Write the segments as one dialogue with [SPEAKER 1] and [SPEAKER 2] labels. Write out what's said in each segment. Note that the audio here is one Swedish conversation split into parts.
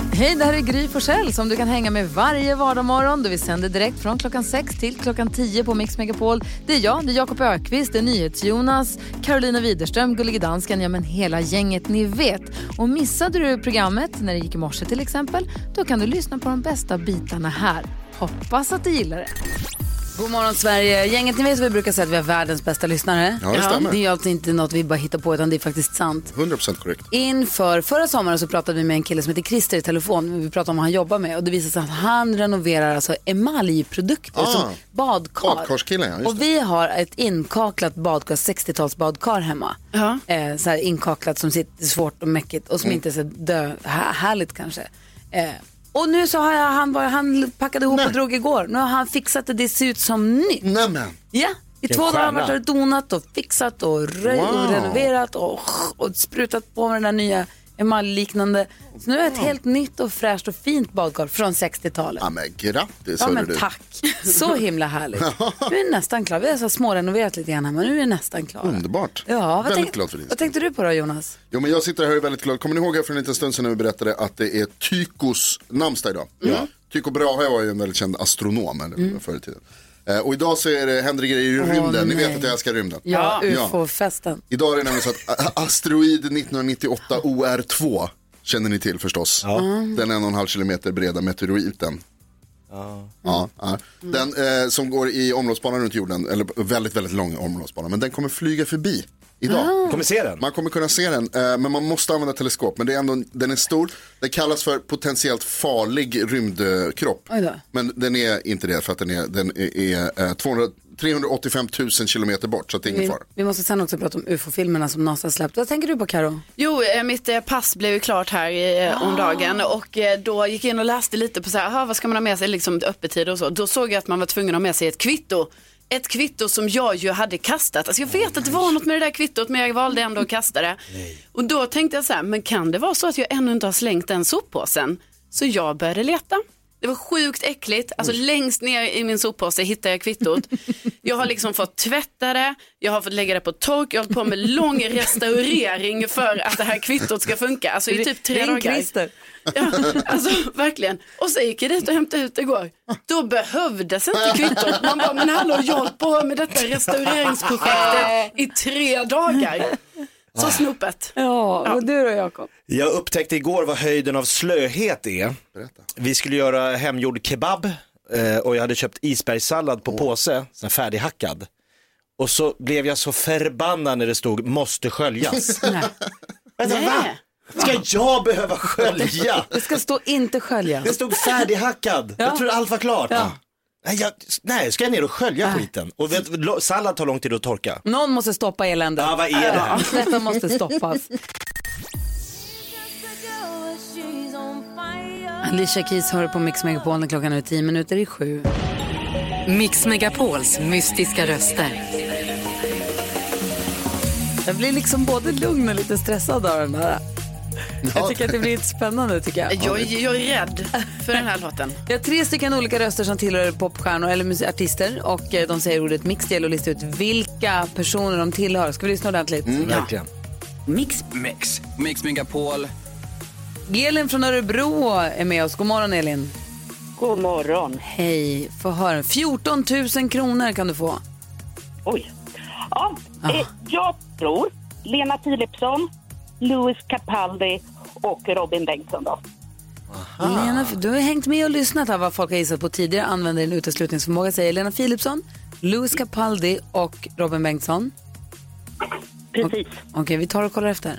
[SPEAKER 1] Hej, det här är Gry Forssell som du kan hänga med varje vardagsmorgon. Vi sänder direkt från klockan 6 till klockan 10 på Mix Megapol. Det är jag, det är Jakob Ökvist, det är NyhetsJonas, Carolina Widerström, Gullige Dansken, ja men hela gänget ni vet. Och missade du programmet när det gick i morse till exempel, då kan du lyssna på de bästa bitarna här. Hoppas att du gillar det. God morgon Sverige. Gänget, ni vet vad vi brukar säga att vi har världens bästa lyssnare.
[SPEAKER 2] Ja, det stämmer.
[SPEAKER 1] Det är alltså inte något vi bara hittar på utan det är faktiskt sant.
[SPEAKER 2] 100% korrekt.
[SPEAKER 1] Inför förra sommaren så pratade vi med en kille som heter Christer i telefon. Vi pratade om vad han jobbar med och det visade sig att han renoverar alltså emaljprodukter som badkar.
[SPEAKER 2] Badkarskillen, ja, just
[SPEAKER 1] och vi har ett inkaklat badkar, 60-tals badkar hemma. Så här inkaklat som sitter svårt och mäckigt och som inte är så härligt kanske. Och nu så har han packade ihop och drog igår. Nu har han fixat det ser ut som nytt.
[SPEAKER 2] Nämen.
[SPEAKER 1] Ja, i 2 dagar har det donat och fixat och renoverat och sprutat på med den där nya emaljliknande. Så nu är det ett helt nytt och fräscht och fint badkar från 60-talet.
[SPEAKER 2] Ja men grattis.
[SPEAKER 1] Ja men tack. Så himla härligt. Nu är det nästan klar. Vi har så smårenoverat lite grann här, men nu är det nästan klar.
[SPEAKER 2] Underbart.
[SPEAKER 1] Ja,
[SPEAKER 2] väldigt glad för det.
[SPEAKER 1] Vad tänkte du på då, Jonas?
[SPEAKER 2] Jo men jag sitter här och är väldigt glad. Kommer ni ihåg här för en liten stund sedan när vi berättade att det är Tykos namnsdag idag? Ja. Tycho Brahe var ju en väldigt känd astronom förr i tiden. Och idag så händer det grejer i rymden. Ni vet att jag älskar rymden.
[SPEAKER 1] Ja, UFO-festen.
[SPEAKER 2] Idag är det nämligen så att asteroid 1998 OR2 känner ni till förstås. Ja. Den 1,5 kilometer breda meteoriten. Den som går i omloppsbanan runt jorden, eller väldigt, väldigt lång omloppsbana, men den kommer flyga förbi idag.
[SPEAKER 3] Kommer se den.
[SPEAKER 2] Man kommer kunna se den, men man måste använda teleskop. Men det är ändå, den är stor. Den kallas för potentiellt farlig rymdkropp. Men den är inte det, för att den är 385 000 kilometer bort, så att det är ingen fara.
[SPEAKER 1] Vi måste sen också prata om UFO-filmerna som NASA släppt. Vad tänker du på, Karo?
[SPEAKER 4] Jo, mitt pass blev ju klart här om dagen och då gick jag in och läste lite på så här, vad ska man ha med sig liksom öppettider och så. Då såg jag att man var tvungen att ha med sig ett kvitto. Ett kvitto som jag ju hade kastat. Alltså jag vet att det var något med det där kvittot, men jag valde ändå att kasta det. Och då tänkte jag så här, men kan det vara så att jag ännu inte har slängt den soppåsen? Så jag började leta. Det var sjukt äckligt. Alltså längst ner i min soppåse hittade jag kvittot. Jag har liksom fått tvätta det. Jag har fått lägga det på tork. Jag har hållit på med lång restaurering för att det här kvittot ska funka. Alltså i typ 3 dagar. Ja, alltså verkligen. Och så gick jag dit och hämtade ut igår. Då behövdes inte kvittot. Man bara, men hallå, jag har hållit på med detta restaureringsprojektet i 3 dagar. Så snopet.
[SPEAKER 1] Ja, och du då, Jakob?
[SPEAKER 3] Jag upptäckte igår vad höjden av slöhet är.
[SPEAKER 2] Berätta.
[SPEAKER 3] Vi skulle göra hemgjord kebab och jag hade köpt isbergssallad på påse, så färdighackad. Och så blev jag så förbannad när det stod måste sköljas. Va? Ska jag behöva skölja?
[SPEAKER 1] Det ska stå inte skölja.
[SPEAKER 3] Det stod färdighackad. Jag trodde allt var klart.
[SPEAKER 1] Ja.
[SPEAKER 3] Nej, ska jag ner och skölja skiten? Och sallad tar lång tid att torka.
[SPEAKER 1] Någon måste stoppa eländet.
[SPEAKER 3] Ja, vad är det här?
[SPEAKER 1] Detta måste stoppas. Alicia Keys hör på Mix Megapol när klockan är 7:10.
[SPEAKER 5] Mix Megapols mystiska röster.
[SPEAKER 1] Jag blir liksom både lugn och lite stressad av den här. Jag tycker att det blir lite spännande, tycker jag.
[SPEAKER 4] Jag är rädd för den här låten.
[SPEAKER 1] Jag har 3 stycken olika röster som tillhör popstjärnor eller artister. Och de säger ordet mix. Det gäller att lista ut vilka personer de tillhör. Ska vi lyssna ordentligt?
[SPEAKER 3] Verkligen.
[SPEAKER 6] Mix Megapol.
[SPEAKER 1] Elin från Örebro är med oss. God morgon, Elin.
[SPEAKER 7] God morgon.
[SPEAKER 1] Hej, få höra. 14 000 kronor kan du få.
[SPEAKER 7] Oj. Ja, jag tror Lena Philipsson, Louis Capaldi och Robin Bengtsson då.
[SPEAKER 1] Lena, du har hängt med och lyssnat här vad folk har gissat på tidigare. Använder din uteslutningsförmåga, säger Lena Philipsson, Louis Capaldi och Robin Bengtsson.
[SPEAKER 7] Precis.
[SPEAKER 1] Okej, vi tar och kollar efter.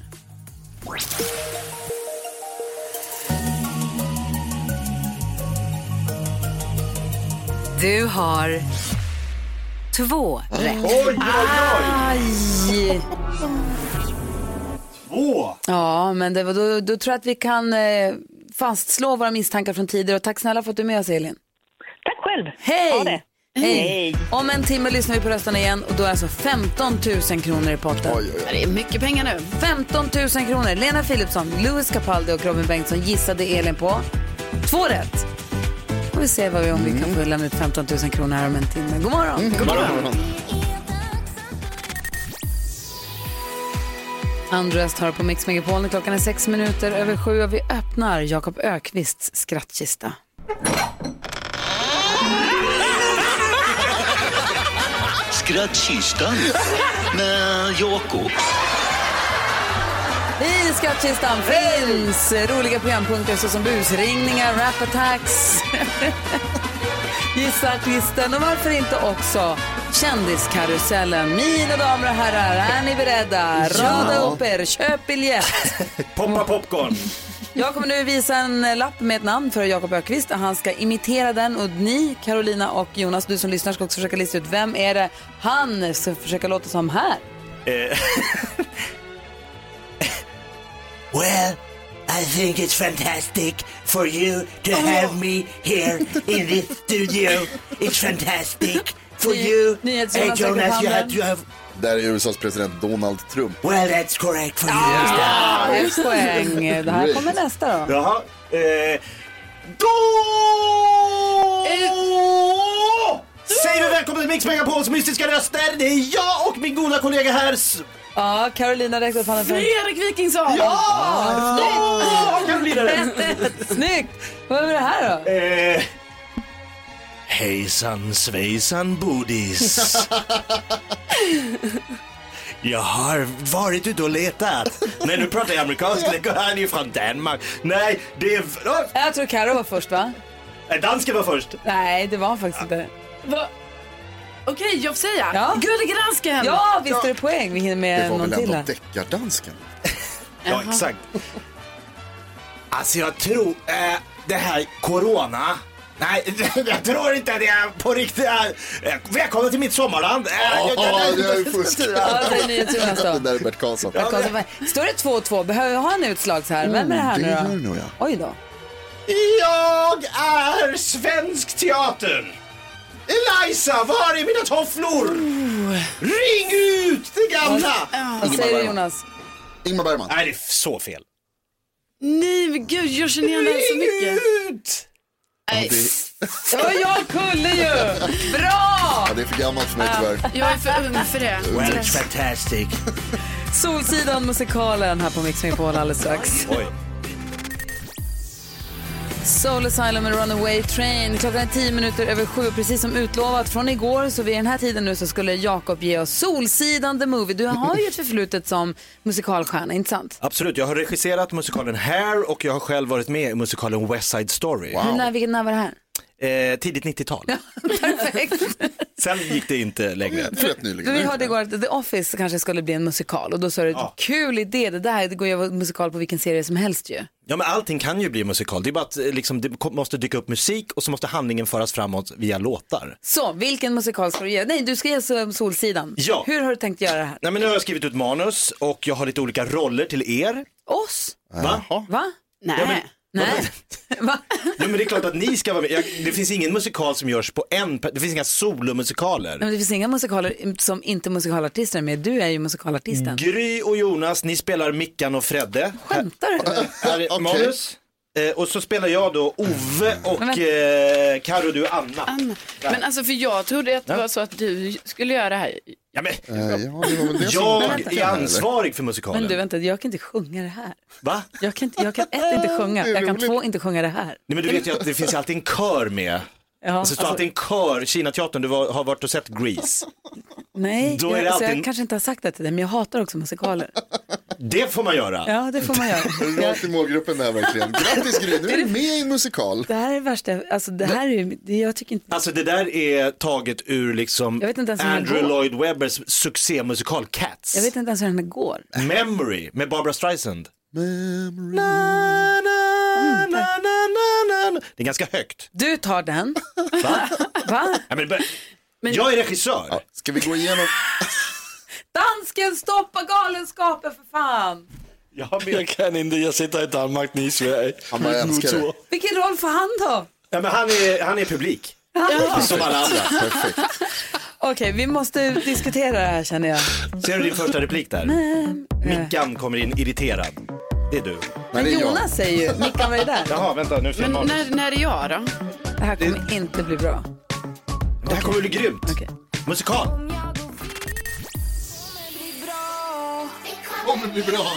[SPEAKER 5] Du har 2 rätt.
[SPEAKER 3] Oj!
[SPEAKER 1] Aj!
[SPEAKER 3] 2!
[SPEAKER 1] Ja, men det var då tror jag att vi kan fastslå våra misstankar från tidigare. Och tack snälla för att du är med oss, Elin.
[SPEAKER 7] Tack själv.
[SPEAKER 1] Hej!
[SPEAKER 7] Ha det.
[SPEAKER 1] Hej! Om en timme lyssnar vi på rösterna igen och då är alltså 15 000 kronor i potten.
[SPEAKER 2] Oj.
[SPEAKER 4] Det är mycket pengar nu.
[SPEAKER 1] 15 000 kronor. Lena Philipsson, Louis Capaldi och Robin Bengtsson gissade Elin på 2 rätt. Och vi ser om vi kan få lämna ut 15 000 kronor här om en timme. God morgon!
[SPEAKER 3] God morgon!
[SPEAKER 1] Undressed har på Mix Megapol. Klockan är 6:06 och vi öppnar Jakob Ökvists skrattkista.
[SPEAKER 8] Skrattkistan med Jakob.
[SPEAKER 1] I skrattkistan finns roliga programpunkter såsom busringningar, rap-attacks, gissa artisten och varför inte också kändiskarusellen. Mina damer och herrar, är ni beredda? Rada upp er, köp biljett.
[SPEAKER 3] Poppa popcorn.
[SPEAKER 1] Jag kommer nu visa en lapp med ett namn för Jakob Ökvist. Han ska imitera den och ni, Carolina och Jonas, du som lyssnar ska också försöka lista ut vem är det han ska försöka låta som här.
[SPEAKER 9] Well, I think it's fantastic for you to have me here in this studio. It's fantastic for you. Hey Jonas, you have...
[SPEAKER 2] Där är USAs president Donald Trump.
[SPEAKER 9] Well, that's correct for you.
[SPEAKER 1] Ett poäng. Det här kommer nästa då.
[SPEAKER 3] Jaha. Säger vi välkommen till Mix Megapols mystiska röster. Det är jag och min goda kollega här.
[SPEAKER 1] Ja, Carolina räckte upp handen för...
[SPEAKER 4] Fredrik Wikingsson!
[SPEAKER 3] Ja! Carolina!
[SPEAKER 1] Snyggt! Vad är det här då?
[SPEAKER 3] Hejsan svejsan bodis. Jag har varit ute och letat. Nej, nu pratar jag amerikanska. Han är ju från Danmark. Nej, det är...
[SPEAKER 1] Jag tror Karo var först, va?
[SPEAKER 3] Dansken var först.
[SPEAKER 1] Nej, det var faktiskt inte.
[SPEAKER 4] Okej, jag får säga.
[SPEAKER 1] Ja.
[SPEAKER 4] Gullige dansken.
[SPEAKER 1] Ja, visst är det poäng. Vi hinner med någon till här.
[SPEAKER 2] Det var väl ändå deckardansken?
[SPEAKER 3] Ja, exakt. Alltså jag tror det här corona. Nej, jag tror inte det är på riktigt. Välkommen till mitt sommarland.
[SPEAKER 2] Det är ju fusk.
[SPEAKER 1] Ja, det är nyhetsjonas då.
[SPEAKER 2] Det där är Bert Karlsson.
[SPEAKER 1] Står det 2-2? Behöver jag ha en utslag så här? Vem är det här nu då?
[SPEAKER 2] Det nog, ja.
[SPEAKER 1] Oj då.
[SPEAKER 3] Jag är svensk teater. Eliza, var är mina tofflor? Ring ut det gamla.
[SPEAKER 1] Vad säger du, Jonas?
[SPEAKER 2] Ingmar Bergman.
[SPEAKER 3] Nej, det är så fel.
[SPEAKER 4] Nej, men gud, jag känner igen det så mycket.
[SPEAKER 3] Ut!
[SPEAKER 4] Nej.
[SPEAKER 1] Ja, jag kunde ju! Bra!
[SPEAKER 2] Ja, det är för gammalt för mig tyvärr.
[SPEAKER 4] Jag är för ung för det.
[SPEAKER 3] Well, it's fantastic.
[SPEAKER 1] Solsidan musikalen här på Mix Megapol alldeles strax.
[SPEAKER 3] Oj.
[SPEAKER 1] Soul Asylum med Runaway Train. Klockan är 7:10 och precis som utlovat från igår så vid den här tiden nu så skulle Jakob ge oss Solsidan the Movie. Du har ju ett förflutet som musikalstjärna, inte sant?
[SPEAKER 3] Absolut, jag har regisserat musikalen Hair och jag har själv varit med i musikalen West Side Story.
[SPEAKER 1] Wow. Vilken var det här?
[SPEAKER 3] Tidigt 90-tal.
[SPEAKER 1] Perfekt.
[SPEAKER 3] Sen gick det inte längre.
[SPEAKER 1] Vi hörde igår att The Office kanske skulle bli en musikal och då sa du, kul idé, det går ju att vara musikal på vilken serie som helst ju.
[SPEAKER 3] Ja, men allting kan ju bli musikal. Det är bara att liksom, det måste dyka upp musik och så måste handlingen föras framåt via låtar.
[SPEAKER 1] Så, vilken musikal ska du ge? Nej, du ska ge Solsidan.
[SPEAKER 3] Ja.
[SPEAKER 1] Hur har du tänkt göra det här?
[SPEAKER 3] Nej, men nu har jag skrivit ut manus och jag har lite olika roller till er.
[SPEAKER 1] Oss?
[SPEAKER 3] Va?
[SPEAKER 1] Va?
[SPEAKER 4] Nej.
[SPEAKER 3] Ja, men...
[SPEAKER 1] Nej. Va?
[SPEAKER 3] Ja, men det är klart att ni ska vara med. Det finns ingen musikal som görs på det finns inga solomusikaler.
[SPEAKER 1] Men det finns inga musikaler som inte musikalartister är med. Du är ju musikalartisten.
[SPEAKER 3] Gry och Jonas, ni spelar Mickan och Fredde.
[SPEAKER 1] Skämtar du?
[SPEAKER 3] Här är manus. Och så spelar jag då Ove och Karo, du är Anna.
[SPEAKER 4] Men alltså, för jag trodde att det var så att du skulle göra det här.
[SPEAKER 3] Ja, men,
[SPEAKER 2] jag
[SPEAKER 3] är ansvarig för musikalen.
[SPEAKER 1] Men du, vänta, jag kan inte sjunga det här.
[SPEAKER 3] Va?
[SPEAKER 1] Jag kan inte sjunga. Jag kan inte sjunga det här.
[SPEAKER 3] Nej, men du vet ju att det finns alltid en kör med.
[SPEAKER 1] Ja,
[SPEAKER 3] alltså, alltid en kör. Kina-teatern, du har varit och sett Grease.
[SPEAKER 1] Nej,
[SPEAKER 3] då är det alltid
[SPEAKER 1] jag kanske inte har sagt det till dig, men jag hatar också musikaler.
[SPEAKER 3] Det får man göra.
[SPEAKER 1] Ja, det får man göra.
[SPEAKER 2] Rakt i målgruppen där verkligen. Grattis Gry, nu är du med i en musikal.
[SPEAKER 1] Det här är värsta, alltså det här är ju, jag tycker inte...
[SPEAKER 3] Alltså det där är taget ur liksom
[SPEAKER 1] jag vet inte ens
[SPEAKER 3] Andrew Lloyd Webbers succémusikal Cats.
[SPEAKER 1] Jag vet inte ens hur den går.
[SPEAKER 3] Memory med Barbra Streisand.
[SPEAKER 2] Memory.
[SPEAKER 3] Na, na, na, na, na. Det är ganska högt.
[SPEAKER 1] Du tar den.
[SPEAKER 3] Va?
[SPEAKER 1] Va?
[SPEAKER 3] Ja, men jag är regissör.
[SPEAKER 2] Ja, ska vi gå igenom...
[SPEAKER 1] Dansken, stoppa galenskapen för fan.
[SPEAKER 10] Jag kan inte, jag sitter i Danmark, ni i Sverige.
[SPEAKER 2] Han bara älskar det.
[SPEAKER 1] Vilken roll får han då?
[SPEAKER 3] Ja, men han är publik. Ja. Som alla andra.
[SPEAKER 2] Perfekt.
[SPEAKER 1] Okej, vi måste diskutera det här, känner jag.
[SPEAKER 3] Ser du din första replik där? Mickan kommer in irriterad. Det är du.
[SPEAKER 1] Men Jonas säger ju, Mickan var ju där.
[SPEAKER 3] Jaha, vänta, nu ser
[SPEAKER 4] Men när är jag då?
[SPEAKER 1] Det här kommer inte bli bra.
[SPEAKER 3] Det här kommer bli grymt.
[SPEAKER 1] Okay.
[SPEAKER 3] Musikal.
[SPEAKER 2] kommer bli bra.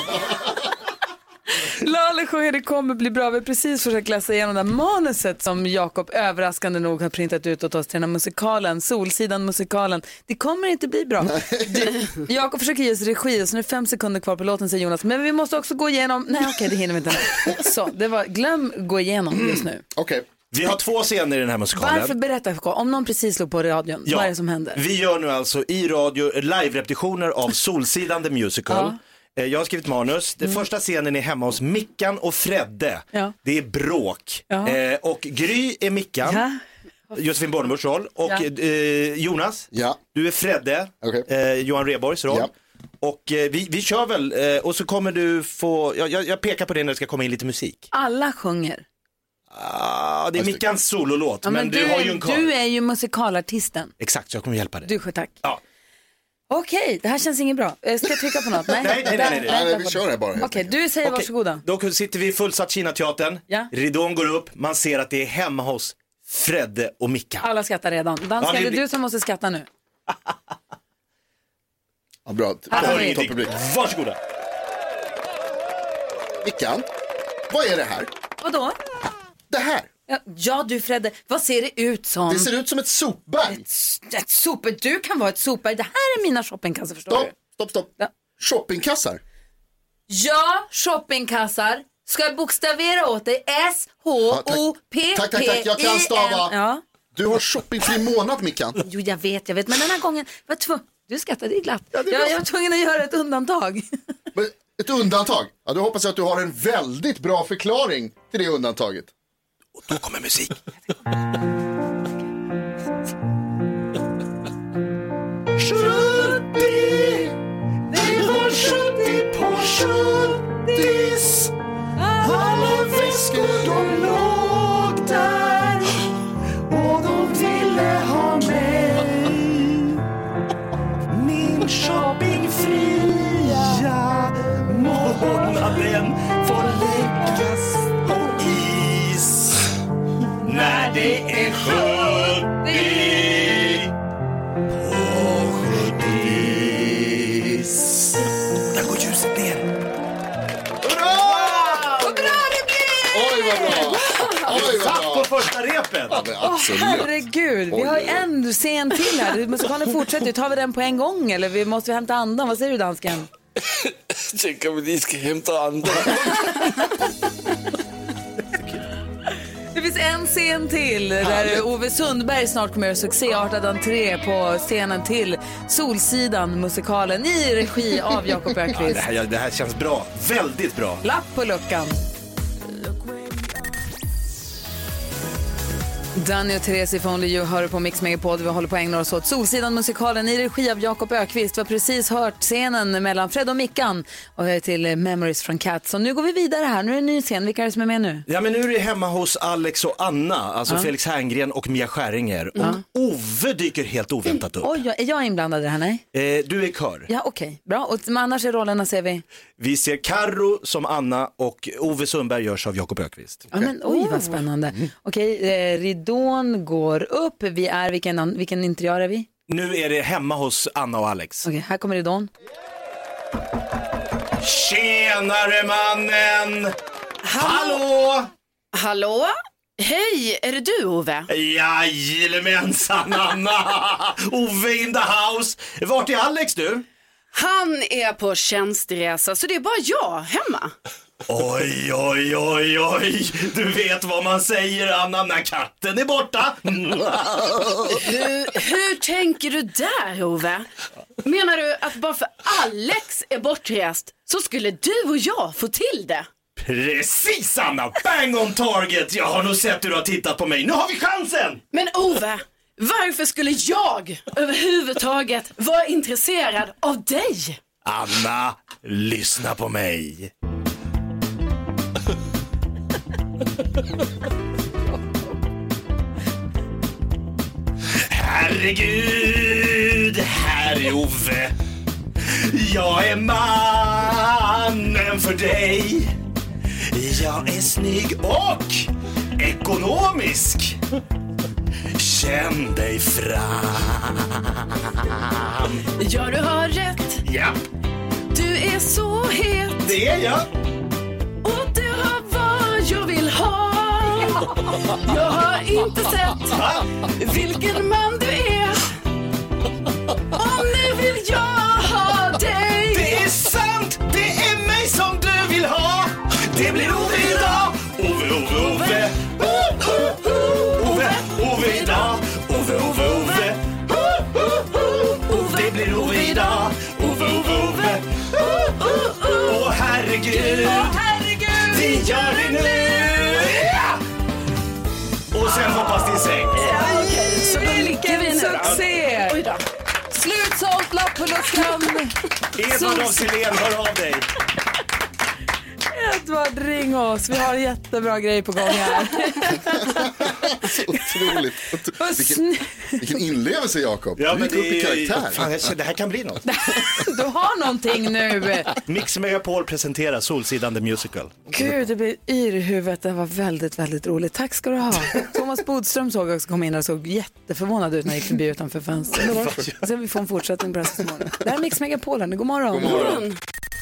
[SPEAKER 1] Lale sjunger det kommer bli bra. Vi har precis försökt läsa igenom det här manuset som Jakob överraskande nog har printat ut åt oss till den här musikalen, Solsidan musikalen. Det kommer inte bli bra. Jakob försöker ge oss regi och så nu är 5 sekunder kvar på låten, säger Jonas. Men vi måste också gå igenom, det hinner vi inte nu. Så, glöm gå igenom just nu.
[SPEAKER 2] Okej.
[SPEAKER 3] Vi har 2 scener i den här musikalen.
[SPEAKER 1] Varför berätta, om någon precis slog på radion, vad är det som händer?
[SPEAKER 3] Vi gör nu alltså i radio live-repetitioner av Solsidan the Musical. Jag har skrivit manus. Den första scenen är hemma hos Mickan och Fredde. Ja. Det är bråk. Ja. Och Gry är Mickan. Ja. Josefin Bornebuschs roll. Och Jonas, du är Fredde. Okay. Johan Rheborgs roll. Ja. Och vi kör väl. Och så kommer du få, jag pekar på det när det ska komma in lite musik.
[SPEAKER 1] Alla sjunger.
[SPEAKER 3] Det är Mickans sololåt. Ja, men du har ju en kör.
[SPEAKER 1] Du är ju musikalartisten.
[SPEAKER 3] Exakt, så jag kommer hjälpa dig.
[SPEAKER 1] Du, tack. Ja. Okej, det här känns inget bra. Ska jag trycka på något?
[SPEAKER 2] Nej, vi kör det bara.
[SPEAKER 1] Okej, du säger varsågoda.
[SPEAKER 3] Då sitter vi i fullsatt Kinateatern. Ja. Ridån går upp, man ser att det är hemma hos Fredde och Mickan.
[SPEAKER 1] Alla skrattar redan. Danskan, det är du som måste skratta nu.
[SPEAKER 2] Ja, bra.
[SPEAKER 3] Varsågoda.
[SPEAKER 2] Mickan, vad är det här?
[SPEAKER 1] Vadå?
[SPEAKER 2] Det här.
[SPEAKER 1] Ja, du Fredde, vad ser det ut som?
[SPEAKER 2] Det ser ut som ett sopberg.
[SPEAKER 1] Ett sopberg, du kan vara ett sopberg. Det här är mina shoppingkassar, förstår du?
[SPEAKER 2] Stopp. Ja. Shoppingkassar?
[SPEAKER 1] Ja, shoppingkassar. Ska jag bokstavera åt dig? S-H-O-P-P-I-N.
[SPEAKER 2] Tack, jag kan stava. Ja. Du har shoppingfri månad, Mickan.
[SPEAKER 1] Jo, jag vet. Men den här gången du skrattade glatt. Ja, jag var tvungen att göra ett undantag.
[SPEAKER 2] Men ett undantag? Ja, då hoppas jag att du har en väldigt bra förklaring till det undantaget.
[SPEAKER 3] Och då kommer musik.
[SPEAKER 9] 70, det var 70 på 70s. Alla väskor de låg där och de ville ha mig. Min shoppingfria månaden får läggas på is. När det är 70 på 70s. Där går ljuset ner.
[SPEAKER 2] Hurra!
[SPEAKER 1] Vad bra det blir!
[SPEAKER 2] Oj, vad bra!
[SPEAKER 3] Satt på första repet.
[SPEAKER 2] Ja,
[SPEAKER 1] herregud, vi har en scen till här. Musikalen fortsätter. Tar vi den på en gång eller vi måste hämta andan? Vad säger du, dansken?
[SPEAKER 10] Jag tänker att vi ska hämta andan.
[SPEAKER 1] Det finns en scen till där Ove Sundberg snart kommer att göra succéartad entré på scenen till Solsidan musikalen i regi av Jakob Öqvist.
[SPEAKER 3] Det här känns bra, väldigt bra.
[SPEAKER 1] Lapp på luckan. Danny och Therese i Only You hör på Mix Megapol. Vi håller på att ägna oss åt Solsidan musikalen i regi av Jakob Öqvist. Vi har precis hört scenen mellan Fred och Mickan och till Memories from Cats. Så nu går vi vidare här. Nu är det en ny scen. Vilka är det som är med nu?
[SPEAKER 3] Ja, men nu är det hemma hos Alex och Anna. Alltså Felix Herngren och Mia Skäringer. Och Ove dyker helt oväntat upp.
[SPEAKER 1] Oj, är jag inblandad i det här? Nej?
[SPEAKER 3] Du är kör.
[SPEAKER 1] Ja, okej. Bra. Och annars är rollerna ser vi?
[SPEAKER 3] Vi ser Karo som Anna och Ove Sundberg görs av Jakob Öqvist.
[SPEAKER 1] Ja, men oj vad spännande. Okej, ridån går upp. Vi är, vilken interiör är vi?
[SPEAKER 3] Nu är det hemma hos Anna och Alex.
[SPEAKER 1] Okej, här kommer ridån.
[SPEAKER 3] Tjenare mannen! Hallå!
[SPEAKER 4] Hallå? Hej, är det du Ove?
[SPEAKER 3] Jajamensan Anna! Ove in the house. Vart är Alex du?
[SPEAKER 4] Han är på tjänsteresa så det är bara jag hemma.
[SPEAKER 3] Oj, oj, oj, oj. Du vet vad man säger Anna när katten är borta.
[SPEAKER 4] Hur tänker du där Ove? Menar du att bara för Alex är bortrest så skulle du och jag få till det?
[SPEAKER 3] Precis Anna, bang on target. Jag har nog sett hur du har tittat på mig. Nu har vi chansen.
[SPEAKER 4] Men Ove, varför skulle jag överhuvudtaget vara intresserad av dig?
[SPEAKER 3] Anna, lyssna på mig. Herregud, här är Ove. Jag är mannen för dig. Jag är snygg och ekonomisk. Känn dig fram.
[SPEAKER 4] Ja, du har rätt.
[SPEAKER 3] Ja.
[SPEAKER 4] Du är så het.
[SPEAKER 3] Det är jag.
[SPEAKER 4] Och du har vad jag vill ha. Jag har inte sett vilken man du är. Och nu vill jag ha dig.
[SPEAKER 3] Det är sant, det är mig som du vill ha. Det blir Ove idag. Ove, Ove, Ove. Ove, Ove idag. Ove, Ove, Ove. Det blir Ove idag. Ove, Ove, Ove. Åh herregud. Vi gör det nu. Och sen hoppas till säng.
[SPEAKER 4] Ja, okej. Så då ligger vi nu då.
[SPEAKER 1] Succé!
[SPEAKER 4] Oj då.
[SPEAKER 1] Slutsålt lapp på luckan.
[SPEAKER 3] Edvard av Silén, hör av dig.
[SPEAKER 1] Edvard, ring oss. Vi har jättebra grej på gång här.
[SPEAKER 2] Så otroligt. Vilken inlevelse, Jakob.
[SPEAKER 3] Ja, men
[SPEAKER 2] det är karaktär.
[SPEAKER 3] Fan, det här kan bli något.
[SPEAKER 1] Du har någonting nu.
[SPEAKER 3] Mix Megapol presenterar Solsidan the Musical.
[SPEAKER 1] Gud, det blir yr i huvudet. Det var väldigt, väldigt roligt. Tack ska du ha. Thomas Bodström såg också kom in och såg jätteförvånad ut när jag gick förbi utanför fönstret. Så vi får en fortsättning på det här så småningom. Det här är Mix Megapol. God morgon.
[SPEAKER 2] God morgon.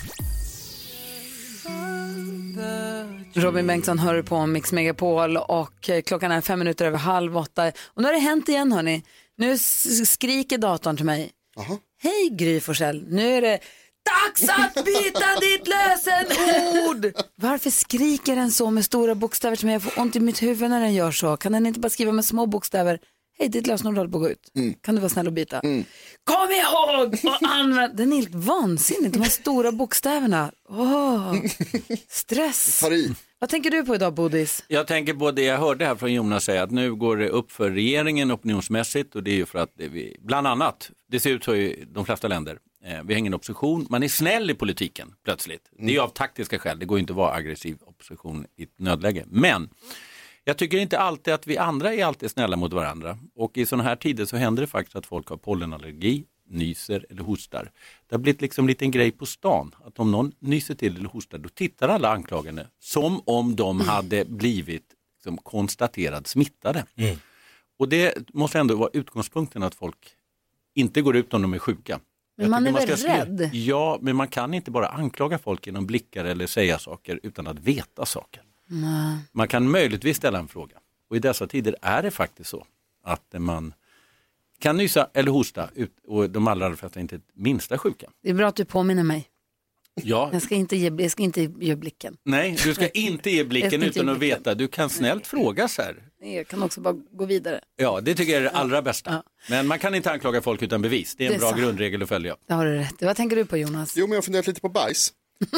[SPEAKER 1] Robin Bengtsson hör på Mix Megapol och klockan är 7:05. Och nu har det hänt igen, hörni. Nu skriker datorn till mig. Hej Gry Forssell, nu är det dags att byta ditt lösenord. Varför skriker den så med stora bokstäver till mig? Jag får ont i mitt huvud när den gör så. Kan den inte bara skriva med små bokstäver? Hej, ditt lösenord håller på att gå ut. Kan du vara snäll och byta? Kom ihåg och använd. Den är helt vansinnigt, de här stora bokstäverna. Stress. Vad tänker du på idag, Bodis?
[SPEAKER 11] Jag tänker på det jag hörde här från Jonas säga, att nu går det upp för regeringen opinionsmässigt, och det är ju för att vi, bland annat, det ser ut så i de flesta länder, vi har ingen opposition, man är snäll i politiken plötsligt. Det är ju av taktiska skäl, det går inte att vara aggressiv opposition i ett nödläge. Men jag tycker inte alltid att vi andra är alltid snälla mot varandra, och i sådana här tider så händer det faktiskt att folk har pollenallergi, nyser eller hostar. Det har blivit liksom en liten grej på stan att om någon nyser till eller hostar, då tittar alla anklagande som om de hade blivit liksom konstaterad smittade. Och det måste ändå vara utgångspunkten, att folk inte går ut om de är sjuka.
[SPEAKER 1] Men man är väl rädd?
[SPEAKER 11] Ja, men man kan inte bara anklaga folk genom blickar eller säga saker utan att veta saker. Man kan möjligtvis ställa en fråga. Och i dessa tider är det faktiskt så att man kan nysa eller hosta ut, och de allra flesta är inte minsta sjuka. Det
[SPEAKER 1] är bra att du påminner mig.
[SPEAKER 11] Ja.
[SPEAKER 1] Jag ska inte ge blicken.
[SPEAKER 11] Nej, du ska inte ge blicken utan att veta. Du kan snällt fråga så här.
[SPEAKER 1] Jag kan också bara gå vidare.
[SPEAKER 11] Ja, det tycker jag är det allra bästa. Ja. Men man kan inte anklaga folk utan bevis. Det är en bra grundregel att följa.
[SPEAKER 1] Det har du rätt. Vad tänker du på, Jonas?
[SPEAKER 2] Jo, men jag har funderat lite på bajs.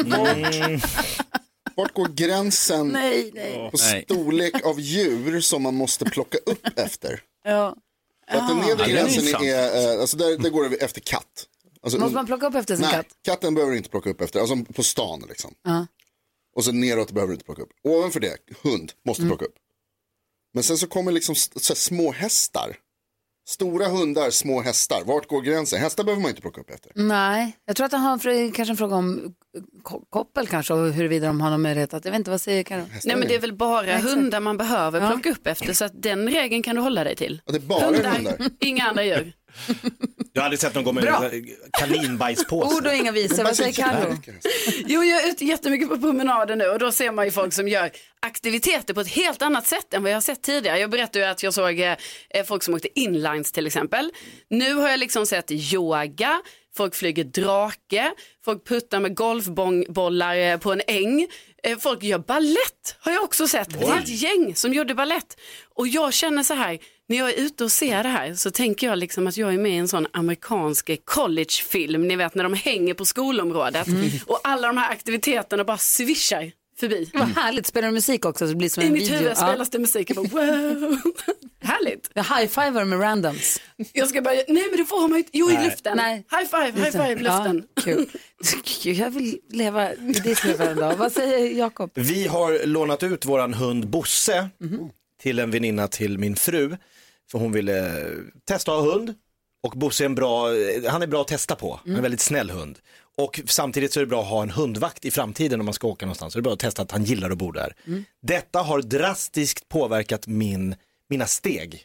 [SPEAKER 2] Vart går gränsen på storlek av djur som man måste plocka upp efter?
[SPEAKER 1] Ja.
[SPEAKER 2] Att den nedre gränsen är, alltså där går det efter katt. Alltså,
[SPEAKER 1] måste man plocka upp efter sin katt?
[SPEAKER 2] Katten behöver inte plocka upp efter, alltså på stan liksom. Och så neråt behöver du inte plocka upp. Ovanför det, hund måste plocka upp. Men sen så kommer liksom så små hästar. Stora hundar, små hästar. Vart går gränsen? Hästar behöver man inte plocka upp efter.
[SPEAKER 1] Nej, jag tror att han har kanske en fråga om koppel kanske, och huruvida de har någon möjlighet att, jag vet inte, vad säger Karo?
[SPEAKER 4] Nej, men det är väl bara hundar man behöver plocka upp efter, så att den regeln kan du hålla dig till.
[SPEAKER 2] Ja, det är bara hundar.
[SPEAKER 4] Inga andra djur.
[SPEAKER 3] Jag hade sett någon gå med kaninbajspåse.
[SPEAKER 1] Ord och inga visor, vad säger Karo?
[SPEAKER 4] Jo, jag är ute jättemycket på promenader nu, och då ser man ju folk som gör aktiviteter på ett helt annat sätt än vad jag har sett tidigare. Jag berättade ju att jag såg folk som åkte inlines till exempel. Nu har jag liksom sett yoga, folk flyger drake, folk puttar med golfbollar på en äng. Folk gör ballett, har jag också sett. Det är ett gäng som gjorde ballett. Och jag känner så här, när jag är ute och ser det här så tänker jag liksom att jag är med i en sån amerikansk collegefilm. Ni vet när de hänger på skolområdet och alla de här aktiviteterna bara svischar förbi.
[SPEAKER 1] Vad härligt, spelar du musik också så det blir som en video.
[SPEAKER 4] I mitt huvud spelas det musik. Jag bara, wow. Härligt.
[SPEAKER 1] High-fiver med randoms.
[SPEAKER 4] Jag ska bara, nej men det får man ju inte. Jo, i luften.
[SPEAKER 1] Nej.
[SPEAKER 4] High five, luften.
[SPEAKER 1] Ja, kul. Jag vill leva i ditt huvud en dag. Vad säger Jakob?
[SPEAKER 3] Vi har lånat ut våran hund Bosse till en väninna till min fru. För hon ville testa att ha hund. Och Bosse är han är bra att testa på. Han är en väldigt snäll hund. Och samtidigt så är det bra att ha en hundvakt i framtiden om man ska åka någonstans. Så det är bra att testa att han gillar att bo där. Detta har drastiskt påverkat mina steg.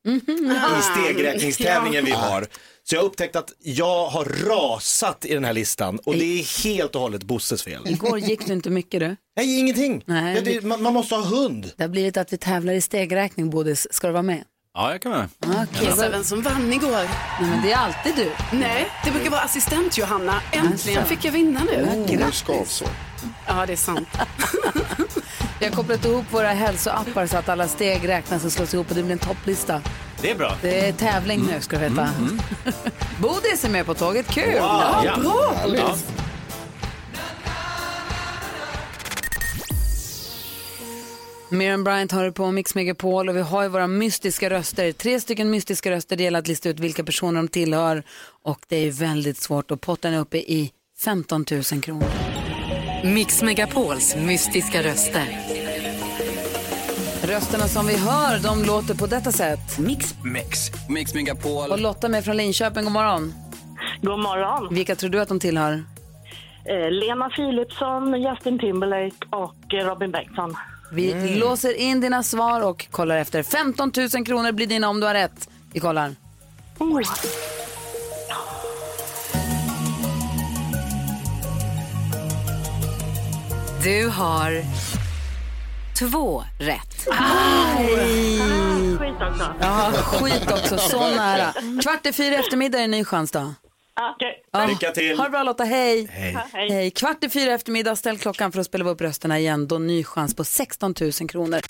[SPEAKER 3] i stegräkningstävlingen vi har. Så jag har upptäckt att jag har rasat i den här listan och det är helt och hållet Bosses fel.
[SPEAKER 1] Igår gick du inte mycket du?
[SPEAKER 3] Nej, ingenting.
[SPEAKER 1] Nej,
[SPEAKER 3] man måste ha hund.
[SPEAKER 1] Det har blivit att vi tävlar i stegräkning, Bodis. Ska du vara med?
[SPEAKER 11] Ja, jag kan vara
[SPEAKER 1] med.
[SPEAKER 4] Gissa vem som vann igår.
[SPEAKER 1] Nej, men det är alltid du.
[SPEAKER 4] Nej, det brukar vara assistent Johanna. Äntligen fick jag vinna nu. Ja, det är sant.
[SPEAKER 1] Vi har kopplat ihop våra hälsoappar så att alla steg räknas och slås ihop och det blir en topplista.
[SPEAKER 3] Det är bra.
[SPEAKER 1] Det är tävling nu, ska du veta. Bodis är med på tåget. Kul!
[SPEAKER 3] Wow.
[SPEAKER 1] Ja, bra!
[SPEAKER 3] Ja.
[SPEAKER 1] Miriam Bryant har på Mix Megapol och vi har ju våra mystiska röster. 3 stycken mystiska röster. Det gäller att lista ut vilka personer de tillhör. Och det är väldigt svårt. Och potten är uppe i 15 000 kronor.
[SPEAKER 5] Mix Megapols mystiska röster.
[SPEAKER 1] Rösterna som vi hör, de låter på detta sätt.
[SPEAKER 6] Mix Megapol.
[SPEAKER 1] Och Lotta med från Linköping, god morgon.
[SPEAKER 7] God morgon.
[SPEAKER 1] Vilka tror du att de tillhör?
[SPEAKER 7] Lena Philipsson, Justin Timberlake och Robin Bengtsson.
[SPEAKER 1] Vi låser in dina svar och kollar efter. 15 000 kronor blir dina om du har rätt. Vi kollar.
[SPEAKER 5] Du har 2 rätt.
[SPEAKER 7] Skit också.
[SPEAKER 1] Ja, skit också. Så nära. 3:15 eftermiddag är en ny chans då.
[SPEAKER 7] Okej.
[SPEAKER 1] Ja.
[SPEAKER 3] Lycka till.
[SPEAKER 1] Ha det bra Lotta, hej.
[SPEAKER 3] Hej.
[SPEAKER 1] Hej. 3:15 eftermiddag, ställ klockan för att spela upp rösterna igen. Då ny chans på 16 000 kronor.